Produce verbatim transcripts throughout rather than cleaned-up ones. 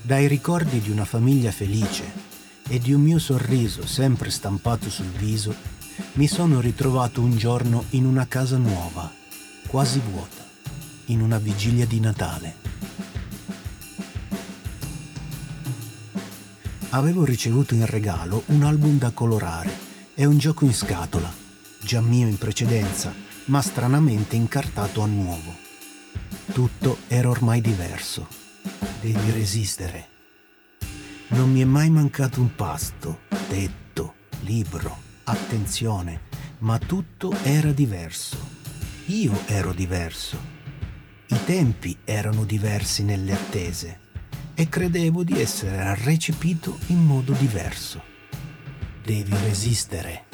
Dai ricordi di una famiglia felice e di un mio sorriso sempre stampato sul viso, mi sono ritrovato un giorno in una casa nuova, quasi vuota, in una vigilia di Natale. Avevo ricevuto in regalo un album da colorare e un gioco in scatola, già mio in precedenza, ma stranamente incartato a nuovo. Tutto era ormai diverso. Devi resistere. Non mi è mai mancato un pasto, tetto, libro, attenzione, ma tutto era diverso. Io ero diverso. I tempi erano diversi nelle attese e credevo di essere recepito in modo diverso. Devi resistere.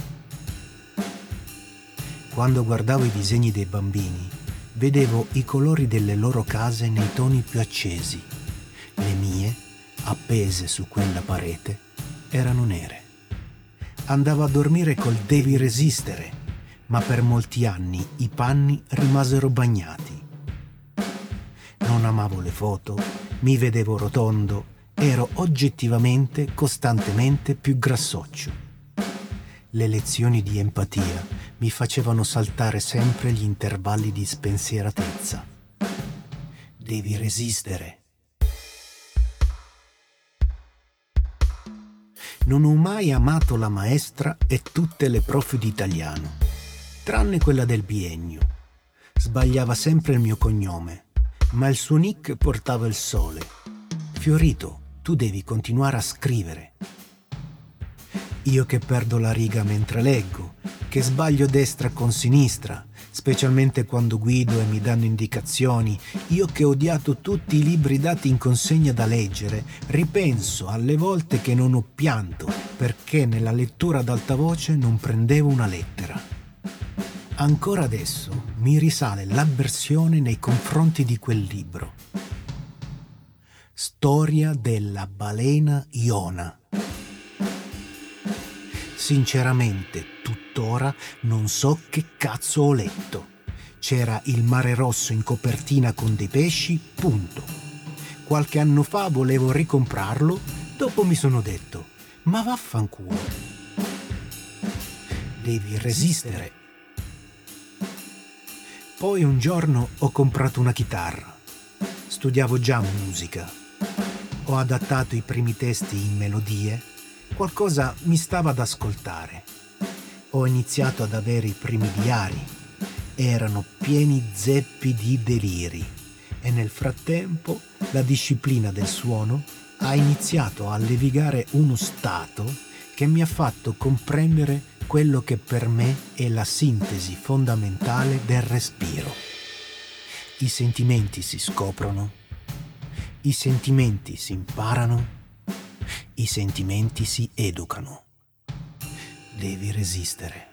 Quando guardavo i disegni dei bambini, vedevo i colori delle loro case nei toni più accesi. Le mie, appese su quella parete, erano nere. Andavo a dormire col devi resistere, ma per molti anni i panni rimasero bagnati. Non amavo le foto, mi vedevo rotondo, ero oggettivamente, costantemente più grassoccio. Le lezioni di empatia mi facevano saltare sempre gli intervalli di spensieratezza. Devi resistere. Non ho mai amato la maestra e tutte le prof di italiano, tranne quella del biennio. Sbagliava sempre il mio cognome, ma il suo nick portava il sole. Fiorito, tu devi continuare a scrivere. Io che perdo la riga mentre leggo, che sbaglio destra con sinistra, specialmente quando guido e mi danno indicazioni, io che ho odiato tutti i libri dati in consegna da leggere, ripenso alle volte che non ho pianto perché nella lettura ad alta voce non prendevo una lettera. Ancora adesso mi risale l'avversione nei confronti di quel libro. Storia della balena Iona. Sinceramente, tuttora non so che cazzo ho letto. C'era il Mare Rosso in copertina con dei pesci, punto. Qualche anno fa volevo ricomprarlo, dopo mi sono detto, ma vaffanculo. Devi resistere. Poi un giorno ho comprato una chitarra. Studiavo già musica. Ho adattato i primi testi in melodie. Qualcosa mi stava ad ascoltare. Ho iniziato ad avere i primi diari. Erano pieni zeppi di deliri e nel frattempo la disciplina del suono ha iniziato a levigare uno stato che mi ha fatto comprendere quello che per me è la sintesi fondamentale del respiro. I sentimenti si scoprono, i sentimenti si imparano, i sentimenti si educano. Devi resistere.